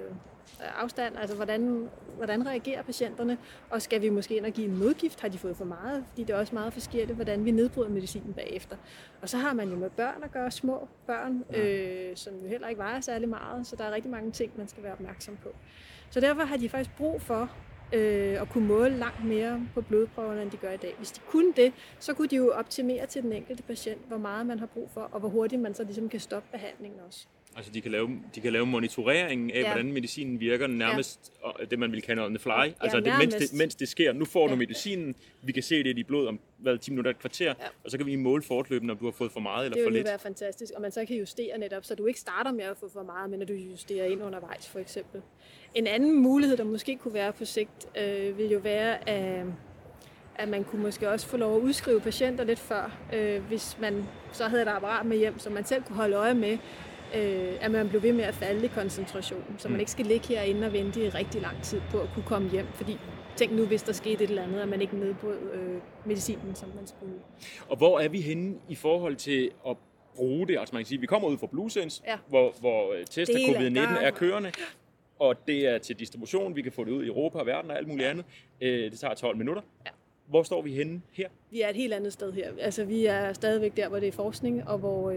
afstand, altså hvordan reagerer patienterne, og skal vi måske ind og give en modgift, har de fået for meget, fordi det er også meget forskelligt, hvordan vi nedbryder medicinen bagefter. Og så har man jo med børn at gøre, små børn, som jo heller ikke vejer særlig meget, så der er rigtig mange ting, man skal være opmærksom på. Så derfor har de faktisk brug for at kunne måle langt mere på blodprøverne, end de gør i dag. Hvis de kunne det, så kunne de jo optimere til den enkelte patient, hvor meget man har brug for, og hvor hurtigt man så ligesom kan stoppe behandlingen også. Altså de kan lave monitoreringen af, hvordan medicinen virker, nærmest det, man vil kalde on the fly. Altså mens det sker. Nu får du medicinen, vi kan se det i dit blod om 10 minutter, et kvarter, og så kan vi måle fortløbende, om du har fået for meget eller for lidt. Det vil være fantastisk, og man så kan justere netop, så du ikke starter med at få for meget, men at du justerer ind undervejs, for eksempel. En anden mulighed, der måske kunne være på sigt, vil jo være, at man kunne måske også få lov at udskrive patienter lidt før, hvis man så havde et apparat med hjem, så man selv kunne holde øje med, at man blev ved med at falde i koncentration, så man ikke skal ligge herinde og vente i rigtig lang tid på at kunne komme hjem, fordi tænk nu, hvis der skete et eller andet, at man ikke nedbrød medicinen, som man skulle. Og hvor er vi henne i forhold til at bruge det? Altså man kan sige, at vi kommer ud fra BlueSense, hvor test af covid-19 er kørende, og det er til distribution, vi kan få det ud i Europa og verden og alt muligt andet. Det tager 12 minutter. Ja. Hvor står vi henne her? Vi er et helt andet sted her. Altså vi er stadigvæk der, hvor det er forskning, og hvor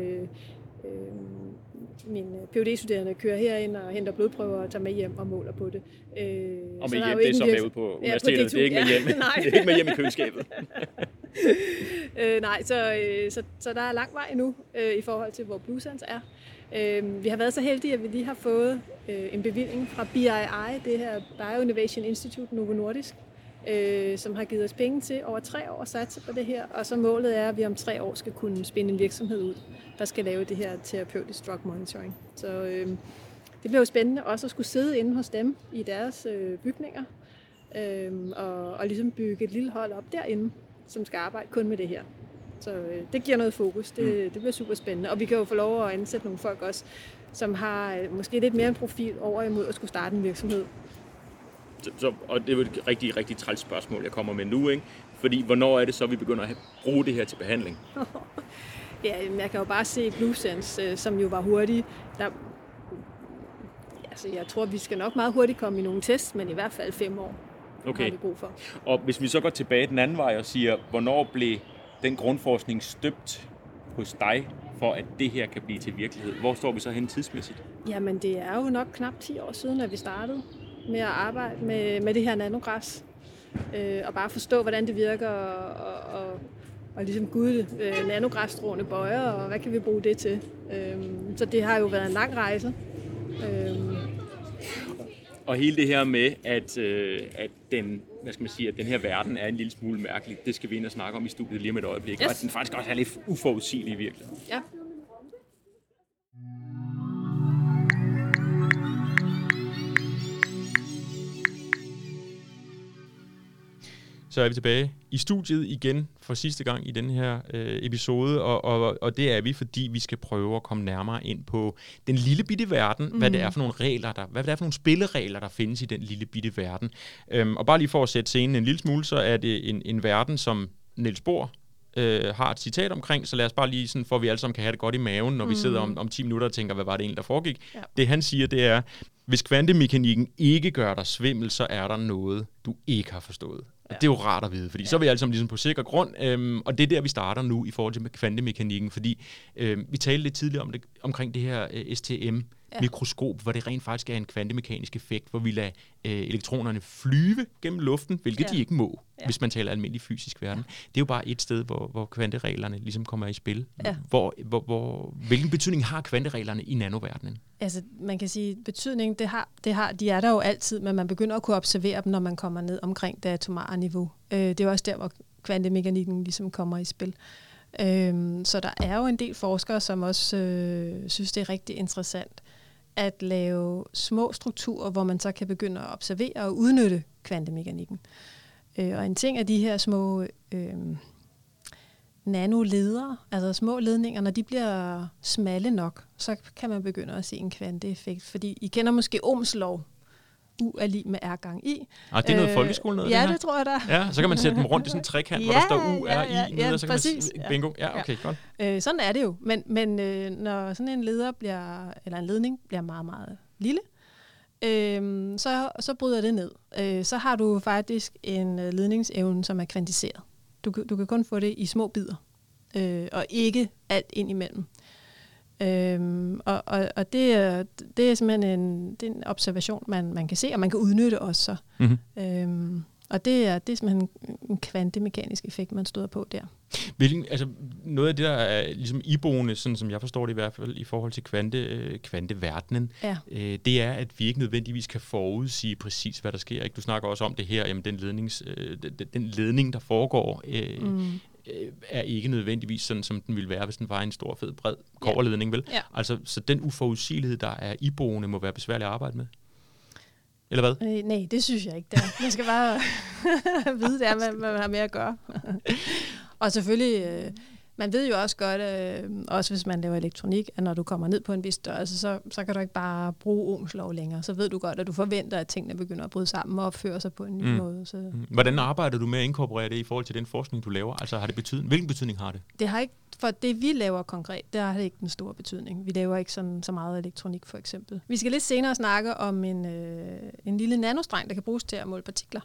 mine PhD-studerende kører herind og henter blodprøver og tager med hjem og måler på det. Og med hjem, det er som er ude på universitetet, det er ikke med hjem, det er ikke med hjem i køleskabet. Nej, så der er lang vej endnu i forhold til, hvor BlueSense er. Vi har været så heldige, at vi lige har fået en bevilling fra BII, det her Bioinnovation Institute Novo Nordisk, som har givet os penge til over 3 år at satse på det her, og så målet er, at vi om 3 år skal kunne spinde en virksomhed ud, der skal lave det her terapeutisk drug monitoring. Så det bliver jo spændende også at skulle sidde inde hos dem i deres bygninger, og ligesom bygge et lille hold op derinde, som skal arbejde kun med det her. Så det giver noget fokus, det bliver super spændende, og vi kan jo få lov at ansætte nogle folk også, som har måske lidt mere en profil over imod at skulle starte en virksomhed. Og det er jo et rigtig, rigtig træls spørgsmål, jeg kommer med nu, ikke? Fordi hvornår er det så, vi begynder at bruge det her til behandling? Ja, jeg kan jo bare se BlueSense, som jo var hurtig. Jeg tror, vi skal nok meget hurtigt komme i nogle tests, men i hvert fald 5 år har vi brug for. Og hvis vi så går tilbage den anden vej og siger, hvornår blev den grundforskning støbt hos dig, for at det her kan blive til virkelighed? Hvor står vi så hen tidsmæssigt? Jamen, det er jo nok knap 10 år siden, at vi startede med at arbejde med det her nanogræs. Og bare forstå, hvordan det virker, og ligesom gud, nanogræsstrående bøjer, og hvad kan vi bruge det til? Så det har jo været en lang rejse. Og hele det her med, at den, hvad skal man sige, at den her verden er en lille smule mærkelig, det skal vi ind og snakke om i studiet lige om et øjeblik. Yes. Og at den faktisk også er lidt uforudsigelig i virkeligheden. Ja. Så er vi tilbage i studiet igen for sidste gang i den her episode, og det er vi, fordi vi skal prøve at komme nærmere ind på den lille bitte verden, hvad det er for nogle regler, hvad det er for nogle spilleregler, der findes i den lille bitte verden. Og bare lige for at sætte scenen en lille smule, så er det en verden, som Niels Bohr har et citat omkring, så lad os bare lige sådan, for vi alle sammen kan have det godt i maven, når vi sidder om 10 minutter og tænker, hvad var det egentlig, der foregik. Ja. Det han siger, det er, hvis kvantemekanikken ikke gør dig svimmel, så er der noget, du ikke har forstået. Og det er jo rart at vide, fordi så er vi alle sammen ligesom på sikker grund, og det er der, vi starter nu i forhold til kvantemekanikken, fordi vi talte lidt tidligere om det, omkring det her STM-mikroskop, hvor det rent faktisk er en kvantemekanisk effekt, hvor vi lader elektronerne flyve gennem luften, hvilket de ikke må, hvis man taler almindelig fysisk verden. Det er jo bare et sted, hvor kvantereglerne ligesom kommer i spil. Ja. Hvilken betydning har kvantereglerne i nanoverdenen? Altså, man kan sige, betydning, de er der jo altid, men man begynder at kunne observere dem, når man kommer ned omkring det atomare niveau. Det er også der, hvor kvantemekanikken ligesom kommer i spil. Så der er jo en del forskere, som også synes, det er rigtig interessant at lave små strukturer, hvor man så kan begynde at observere og udnytte kvantemekanikken. Og en ting er de her små nanoledere, altså små ledninger, når de bliver smalle nok, så kan man begynde at se en kvanteeffekt. Fordi I kender måske Ohms lov. U er lig med R gang I. Det er noget folkeskole noget, ja, det tror jeg da. Ja, så kan man sætte dem rundt i sådan en trekant, hvor der står U, R, I, nede, og så kan præcis. Man bingo. Ja, okay, godt. Sådan er det jo. Men når sådan en leder en ledning bliver meget, meget lille, så bryder det ned. Så har du faktisk en ledningsevne, som er kvantiseret. Du kan kun få det i små bidder, og ikke alt ind imellem. Og det er simpelthen en observation, man kan se, og man kan udnytte også så. Mm-hmm. Og det er simpelthen en kvantemekanisk effekt, man støder på der. Noget af det, der er ligesom iboende, sådan som jeg forstår det i hvert fald, i forhold til kvanteverdenen, det er, at vi ikke nødvendigvis kan forudsige præcis, hvad der sker. Ikke? Du snakker også om det her, jamen den ledning, der foregår, er ikke nødvendigvis sådan, som den ville være, hvis den var en stor, fed, bred kobberledning, vel? Ja. Altså, så den uforudsigelighed, der er iboende, må være besværlig at arbejde med. Eller hvad? Nej, det synes jeg ikke. Man skal bare vide, hvad man har med at gøre. Og selvfølgelig, man ved jo også godt, også hvis man laver elektronik, at når du kommer ned på en vis størrelse, så kan du ikke bare bruge Ohms lov længere. Så ved du godt, at du forventer, at tingene begynder at bryde sammen og opføre sig på en ny måde. Så. Hvordan arbejder du med at inkorporere det i forhold til den forskning, du laver? Altså, har det betydning? Hvilken betydning har det? Det har ikke, for det vi laver konkret, der har det ikke den store betydning. Vi laver ikke så meget elektronik, for eksempel. Vi skal lidt senere snakke om en lille nanostreng, der kan bruges til at måle partikler.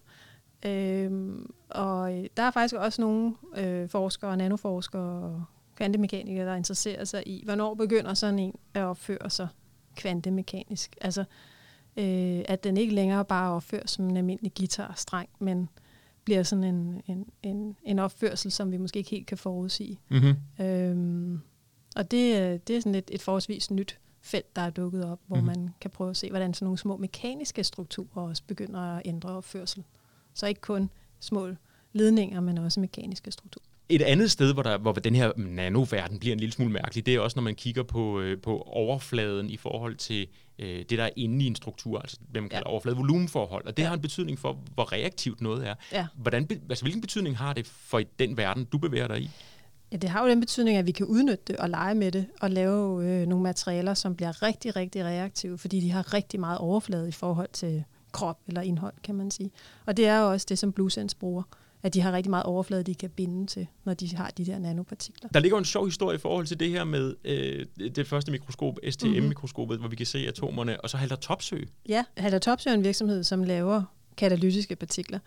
Og der er faktisk også nogle forskere, nanoforskere og kvantemekanikere, der interesserer sig i, hvornår begynder sådan en at opføre sig kvantemekanisk. Altså, at den ikke længere bare opføres som en almindelig guitarstreng, men bliver sådan en opførsel, som vi måske ikke helt kan forudsige. Mm-hmm. Og det er sådan et forholdsvis nyt felt, der er dukket op, hvor man kan prøve at se, hvordan sådan nogle små mekaniske strukturer også begynder at ændre opførsel. Så ikke kun små ledninger, men også mekaniske strukturer. Et andet sted, hvor den her nanoverden bliver en lille smule mærkelig, det er også, når man kigger på overfladen i forhold til det, der er inde i en struktur, altså det, man kalder overflade-volumenforhold. Og det har en betydning for, hvor reaktivt noget er. Ja. Hvilken betydning har det for den verden, du bevæger dig i? Ja, det har jo den betydning, at vi kan udnytte det og lege med det og lave nogle materialer, som bliver rigtig, rigtig reaktive, fordi de har rigtig meget overflade i forhold til krop eller indhold, kan man sige. Og det er jo også det, som BlueSense bruger, at de har rigtig meget overflade, de kan binde til, når de har de der nanopartikler. Der ligger en sjov historie i forhold til det her med det første mikroskop, STM-mikroskopet, hvor vi kan se atomerne, og så Haldor Topsøe. Ja, Haldor Topsøe er en virksomhed, som laver katalytiske partikler.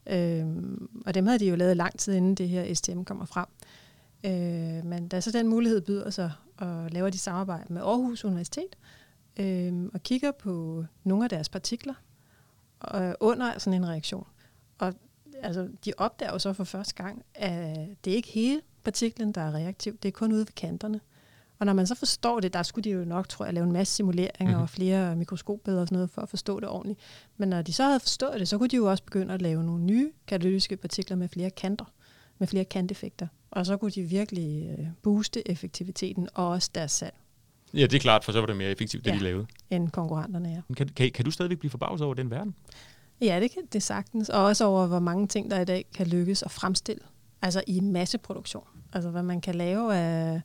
Og dem havde de jo lavet lang tid, inden det her STM kommer frem. Men da så den mulighed byder sig, og laver de samarbejde med Aarhus Universitet, og kigger på nogle af deres partikler, under sådan en reaktion. Og altså, de opdager jo så for første gang, at det er ikke hele partiklen, der er reaktiv, det er kun ude ved kanterne. Og når man så forstår det, der skulle de jo nok, tror jeg, lave en masse simuleringer og flere mikroskopbilleder og sådan noget, for at forstå det ordentligt. Men når de så havde forstået det, så kunne de jo også begynde at lave nogle nye katalytiske partikler med flere kanter, med flere kanteffekter. Og så kunne de virkelig booste effektiviteten og også deres salg. Ja, det er klart, for så var det mere effektivt, det de lavede. End konkurrenterne, ja. Kan du stadigvæk blive forbavset over den verden? Ja, det kan det sagtens. Og også over, hvor mange ting, der i dag kan lykkes at fremstille. Altså i masseproduktion. Altså hvad man kan lave af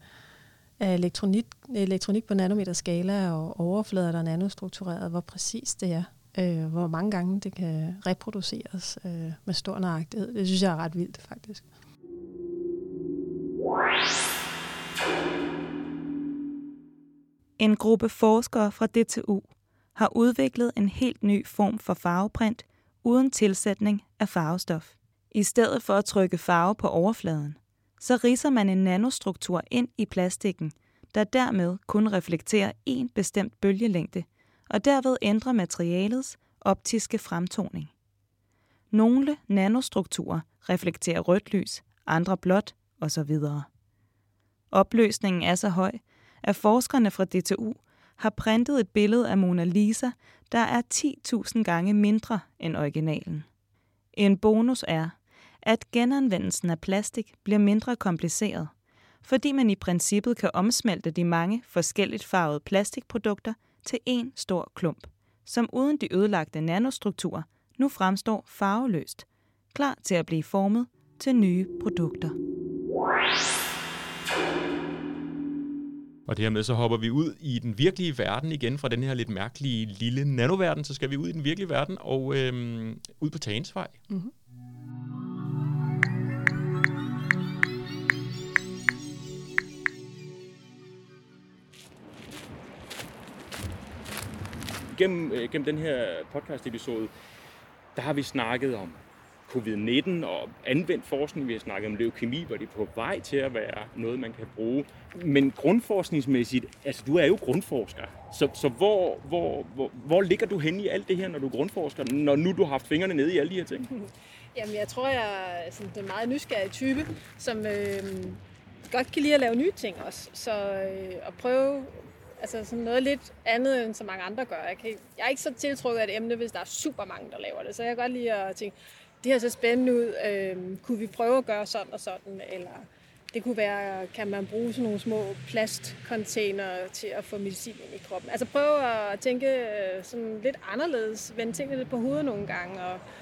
elektronik på nanometerskala og overflader, der er nanostruktureret, hvor præcis det er. Hvor mange gange det kan reproduceres med stor nøjagtighed. Det synes jeg er ret vildt, faktisk. En gruppe forskere fra DTU har udviklet en helt ny form for farveprint uden tilsætning af farvestof. I stedet for at trykke farve på overfladen, så ridser man en nanostruktur ind i plastikken, der dermed kun reflekterer en bestemt bølgelængde, og derved ændrer materialets optiske fremtoning. Nogle nanostrukturer reflekterer rødt lys, andre blåt osv. Opløsningen er så høj, at forskerne fra DTU har printet et billede af Mona Lisa, der er 10.000 gange mindre end originalen. En bonus er, at genanvendelsen af plastik bliver mindre kompliceret, fordi man i princippet kan omsmelte de mange forskelligt farvede plastikprodukter til en stor klump, som uden de ødelagte nanostrukturer nu fremstår farveløst, klar til at blive formet til nye produkter. Og dermed så hopper vi ud i den virkelige verden igen fra den her lidt mærkelige lille nanoverden, så skal vi ud i den virkelige verden og ud på Tagensvej. Mm-hmm. gennem den her podcast-episode, der har vi snakket om covid-19 og anvendt forskning. Vi har snakket om leukemi, hvor det er på vej til at være noget, man kan bruge. Men grundforskningsmæssigt, altså du er jo grundforsker. Så hvor ligger du henne i alt det her, når du er grundforsker, når nu du har haft fingrene nede i alle de her ting? Jamen, jeg tror, jeg er sådan en meget nysgerrig type, som godt kan lide at lave nye ting også. Så at prøve altså sådan noget lidt andet, end så mange andre gør. Jeg er ikke så tiltrukket af et emne, hvis der er super mange, der laver det. Så jeg kan godt lide at tænke, det her ser spændende ud. Kunne vi prøve at gøre sådan og sådan? Eller det kunne være, kan man bruge sådan nogle små plastcontainer til at få medicin ind i kroppen? Altså prøve at tænke sådan lidt anderledes, vende tingene lidt på hovedet nogle gange.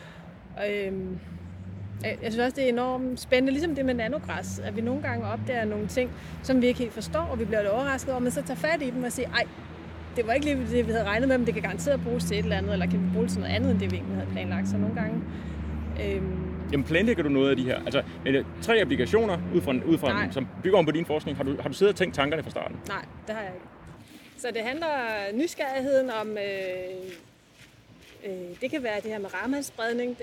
Jeg synes også, det er enormt spændende, ligesom det med nanogræs, at vi nogle gange opdager nogle ting, som vi ikke helt forstår, og vi bliver lidt overrasket over, men så tager fat i dem og siger, ej, det var ikke lige det, vi havde regnet med, men det kan garanteret bruges til et eller andet, eller kan vi bruge det til noget andet, end det vi egentlig havde planlagt. Så nogle gange... Jamen planlægger du noget af de her? Altså 3 applikationer ud fra som bygger om på din forskning. Har du siddet og tænkt tankerne fra starten? Nej, det har jeg ikke. Så det handler nysgerrigheden om, det kan være det her med rammehalsspredning.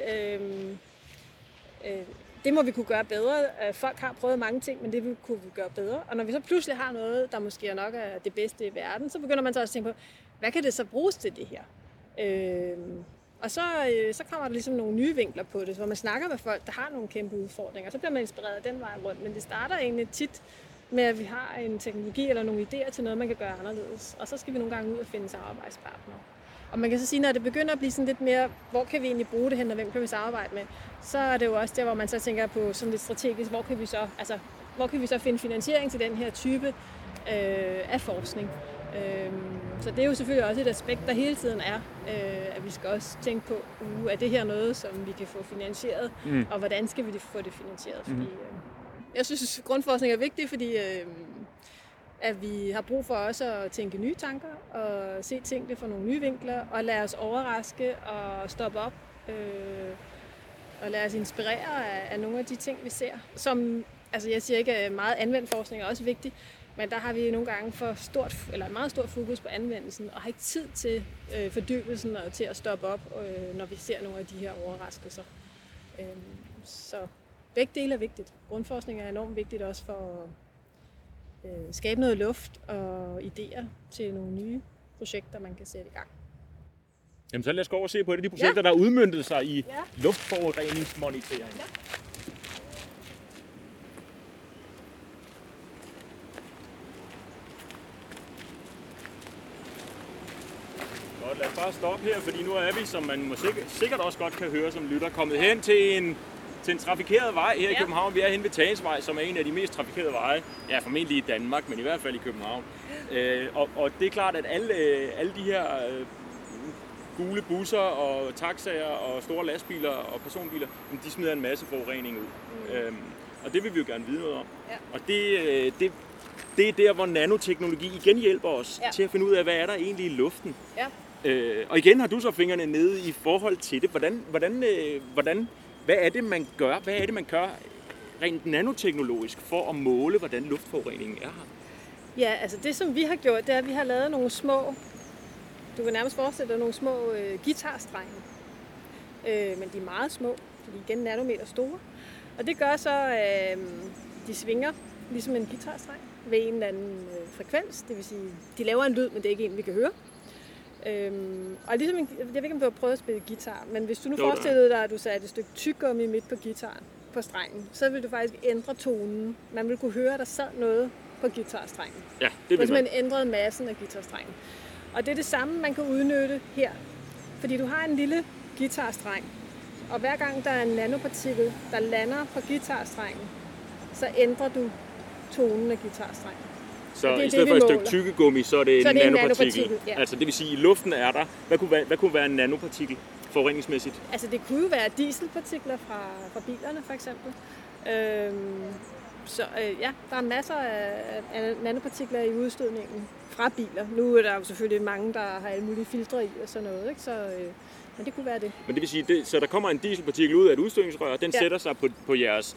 Det må vi kunne gøre bedre. Folk har prøvet mange ting, men det kunne vi gøre bedre. Og når vi så pludselig har noget, der måske nok er det bedste i verden, så begynder man så også at tænke på, hvad kan det så bruges til det her? Og så kommer der ligesom nogle nye vinkler på det, hvor man snakker med folk, der har nogle kæmpe udfordringer. Så bliver man inspireret af den vej rundt, men det starter egentlig tit med, at vi har en teknologi eller nogle idéer til noget, man kan gøre anderledes. Og så skal vi nogle gange ud og finde samarbejdspartnere. Og man kan så sige, når det begynder at blive sådan lidt mere, hvor kan vi egentlig bruge det hen, og hvem kan vi samarbejde med, så er det jo også der, hvor man så tænker på sådan lidt strategisk, hvor kan vi så finde finansiering til den her type af forskning. Så det er jo selvfølgelig også et aspekt, der hele tiden er, at vi skal også tænke på, er det her noget, som vi kan få finansieret, og hvordan skal vi få det finansieret? Fordi, jeg synes, at grundforskning er vigtig, fordi at vi har brug for også at tænke nye tanker, og se tingene fra nogle nye vinkler, og lade os overraske og stoppe op, og lade os inspirere af nogle af de ting, vi ser. Som, altså jeg siger ikke, at meget anvendt forskning er også vigtig, men der har vi nogle gange meget stort fokus på anvendelsen, og har ikke tid til fordybelsen og til at stoppe op, når vi ser nogle af de her overraskelser. Så begge dele er vigtigt. Grundforskning er enormt vigtigt også for at skabe noget luft og idéer til nogle nye projekter, man kan sætte i gang. Jamen så lad os gå over og se på de projekter, der har udmøntet sig i luftforureningsmonitering. Ja. Godt, lad os bare stoppe her, fordi nu er vi, som man sikkert også godt kan høre som lytter, kommet hen til en trafikeret vej her i København. Vi er hen ved Tagensvej, som er en af de mest trafikerede veje. Ja, formentlig i Danmark, men i hvert fald i København. Og det er klart, at alle de her gule busser og taxaer og store lastbiler og personbiler, de smider en masse forurening ud. Og det vil vi jo gerne vide noget om. Ja. Og det er der, hvor nanoteknologi igen hjælper os til at finde ud af, hvad er der egentlig i luften. Ja. Og igen har du så fingrene nede i forhold til det. Hvad er det, man gør? Hvad er det, man gør rent nanoteknologisk for at måle, hvordan luftforureningen er her? Ja, altså det, som vi har gjort, det er, at vi har lavet nogle små, du kan nærmest forestille dig, nogle små guitarstrenge. Men de er meget små, de er igen nanometer store. Og det gør så, at de svinger ligesom en guitarstreng ved en eller anden frekvens. Det vil sige, de laver en lyd, men det er ikke en, vi kan høre. Og ligesom jeg ved ikke, om du har prøvet at spille guitar, men hvis du nu forestillede dig, at du satte et stykke tyggegummi midt på guitaren, på strengen, så ville du faktisk ændre tonen. Man ville kunne høre, at der sad noget på guitarstrengen. Ja, det vil man ændrede massen af guitarstrengen. Og det er det samme, man kan udnytte her. Fordi du har en lille guitarstreng, og hver gang der er en nanopartikel, der lander på guitarstrengen, så ændrer du tonen af guitarstrengen. Så i stedet for et stykke tyggegummi, så er det en nanopartikel. Ja. Altså det vil sige, at i luften er der. Hvad kunne være en nanopartikel forureningsmæssigt? Altså det kunne jo være dieselpartikler fra bilerne for eksempel. Der er masser af nanopartikler i udstødningen fra biler. Nu er der jo selvfølgelig mange, der har alle mulige filtre i og sådan noget, ikke? Men det kunne være det. Men det vil sige, så der kommer en dieselpartikel ud af et udstødningsrør, den sætter sig på jeres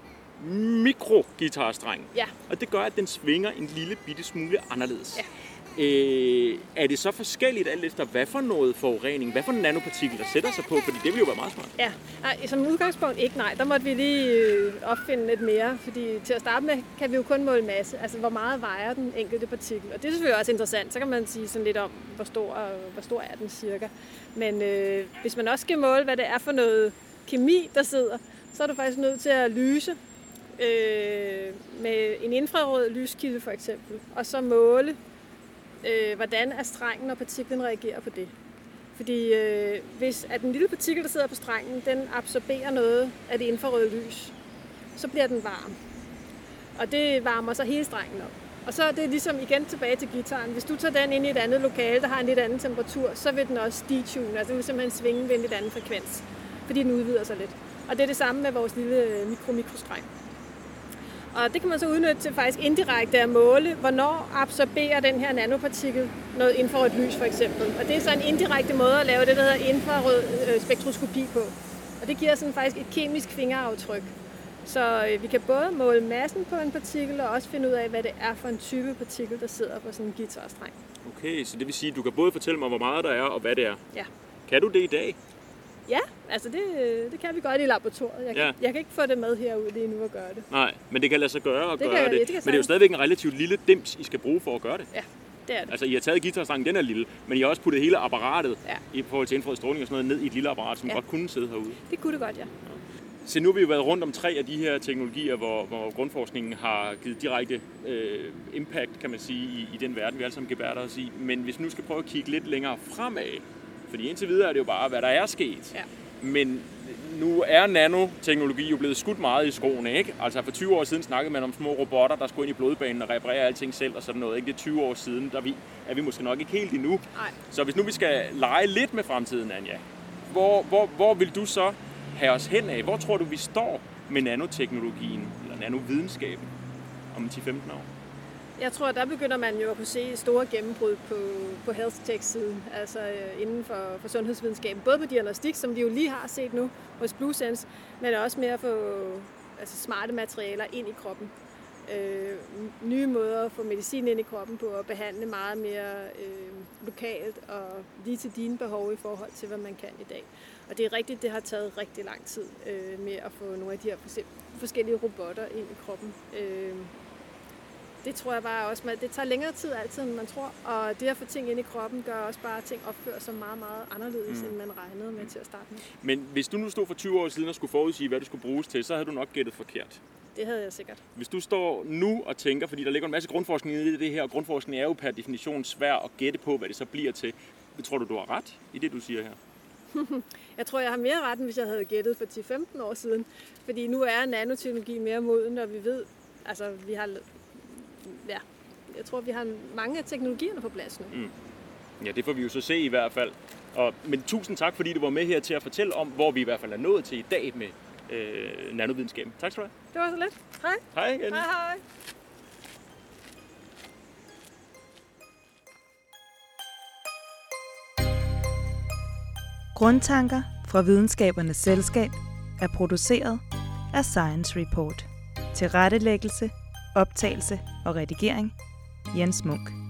mikroguitarstreng. Ja. Og det gør, at den svinger en lille bitte smule anderledes. Ja. Er det så forskelligt alt efter, hvad for noget forurening, hvad for en nanopartikel, der sætter sig på? Fordi det vil jo være meget smart. Ja, som udgangspunkt ikke, nej. Der måtte vi lige opfinde lidt mere, fordi til at starte med kan vi jo kun måle masse. Altså, hvor meget vejer den enkelte partikel. Og det er selvfølgelig også interessant. Så kan man sige sådan lidt om, hvor stor er den cirka. Men hvis man også skal måle, hvad det er for noget kemi, der sidder, så er du faktisk nødt til at lyse med en infrarød lyskilde for eksempel, og så måle, hvordan er strengen og partiklen reagerer på det. Fordi hvis at den lille partikel, der sidder på strengen, den absorberer noget af det infrarøde lys, så bliver den varm. Og det varmer så hele strengen op. Og så er det ligesom igen tilbage til guitaren. Hvis du tager den ind i et andet lokale, der har en lidt anden temperatur, så vil den også detune, altså den vil simpelthen svinge ved en lidt anden frekvens, fordi den udvider sig lidt. Og det er det samme med vores lille mikrostreng. Og det kan man så udnytte til faktisk indirekte at måle, hvornår absorberer den her nanopartikel noget infrarødt lys for eksempel. Og det er så en indirekte måde at lave det, der hedder infrarød spektroskopi på. Og det giver sådan faktisk et kemisk fingeraftryk. Så vi kan både måle massen på en partikel og også finde ud af, hvad det er for en type partikel, der sidder på sådan en guitarstreng. Okay, så det vil sige, at du kan både fortælle mig, hvor meget der er og hvad det er. Ja. Kan du det i dag? Ja, altså det kan vi godt i laboratoriet. Jeg kan ikke få det med herude lige nu at gøre det. Nej, men det kan lade sig gøre at gøre det. Men det er jo stadigvæk en relativt lille dims, I skal bruge for at gøre det. Ja, det er det. Altså, I har taget guitarstrangen, den er lille, men I har også puttet hele apparatet i forhold til infrarød stråling og sådan noget ned i et lille apparat, som godt kunne sidde herude. Det kunne det godt, ja. Så nu har vi jo været rundt om 3 af de her teknologier, hvor grundforskningen har givet direkte impact, kan man sige, i den verden, vi alle sammen gebærder os i. Men hvis vi nu skal prøve at kigge lidt længere fremad, fordi indtil videre er det jo bare, hvad der er sket. Ja. Men nu er nanoteknologi jo blevet skudt meget i skoene, ikke? Altså for 20 år siden snakkede man om små robotter, der skulle ind i blodbanen og reparere alting selv og sådan noget, ikke? Det er 20 år siden, er vi måske nok ikke helt endnu. Nej. Så hvis nu vi skal lege lidt med fremtiden, Anja, hvor vil du så have os hen af? Hvor tror du, vi står med nanoteknologien eller nanovidenskaben om 10-15 år? Jeg tror, der begynder man jo at kunne se store gennembrud på health tech-siden, altså inden for sundhedsvidenskaben. Både på diagnostik, som vi jo lige har set nu hos Bluesense, men også med at få smarte materialer ind i kroppen. Nye måder at få medicin ind i kroppen på og behandle meget mere lokalt og lige til dine behov i forhold til, hvad man kan i dag. Og det er rigtigt, det har taget rigtig lang tid med at få nogle af de her forskellige robotter ind i kroppen. Det tror jeg bare også, det tager længere tid altid, end man tror. Og det at få ting ind i kroppen gør også bare, at ting opfører sig meget, meget anderledes, end man regnede med til at starte med. Men hvis du nu stod for 20 år siden og skulle forudsige, hvad du skulle bruges til, så havde du nok gættet forkert. Det havde jeg sikkert. Hvis du står nu og tænker, fordi der ligger en masse grundforskning i det her, og grundforskning er jo per definition svær at gætte på, hvad det så bliver til. Tror du har ret i det, du siger her? Jeg tror, jeg har mere ret, end hvis jeg havde gættet for 10-15 år siden. Fordi nu er nanoteknologi mere moden, og vi ved, altså vi har... Ja, jeg tror, vi har mange af teknologierne på plads nu. Ja, det får vi jo så se i hvert fald. Men tusind tak, fordi du var med her til at fortælle om, hvor vi i hvert fald er nået til i dag med nanovidenskaben. Tak skal du have. Det var så lidt. Hej. Hej igen. Hej. Grundtanker fra Videnskabernes Selskab er produceret af Science Report. Tilrettelæggelse, optagelse og redigering Jens Munk.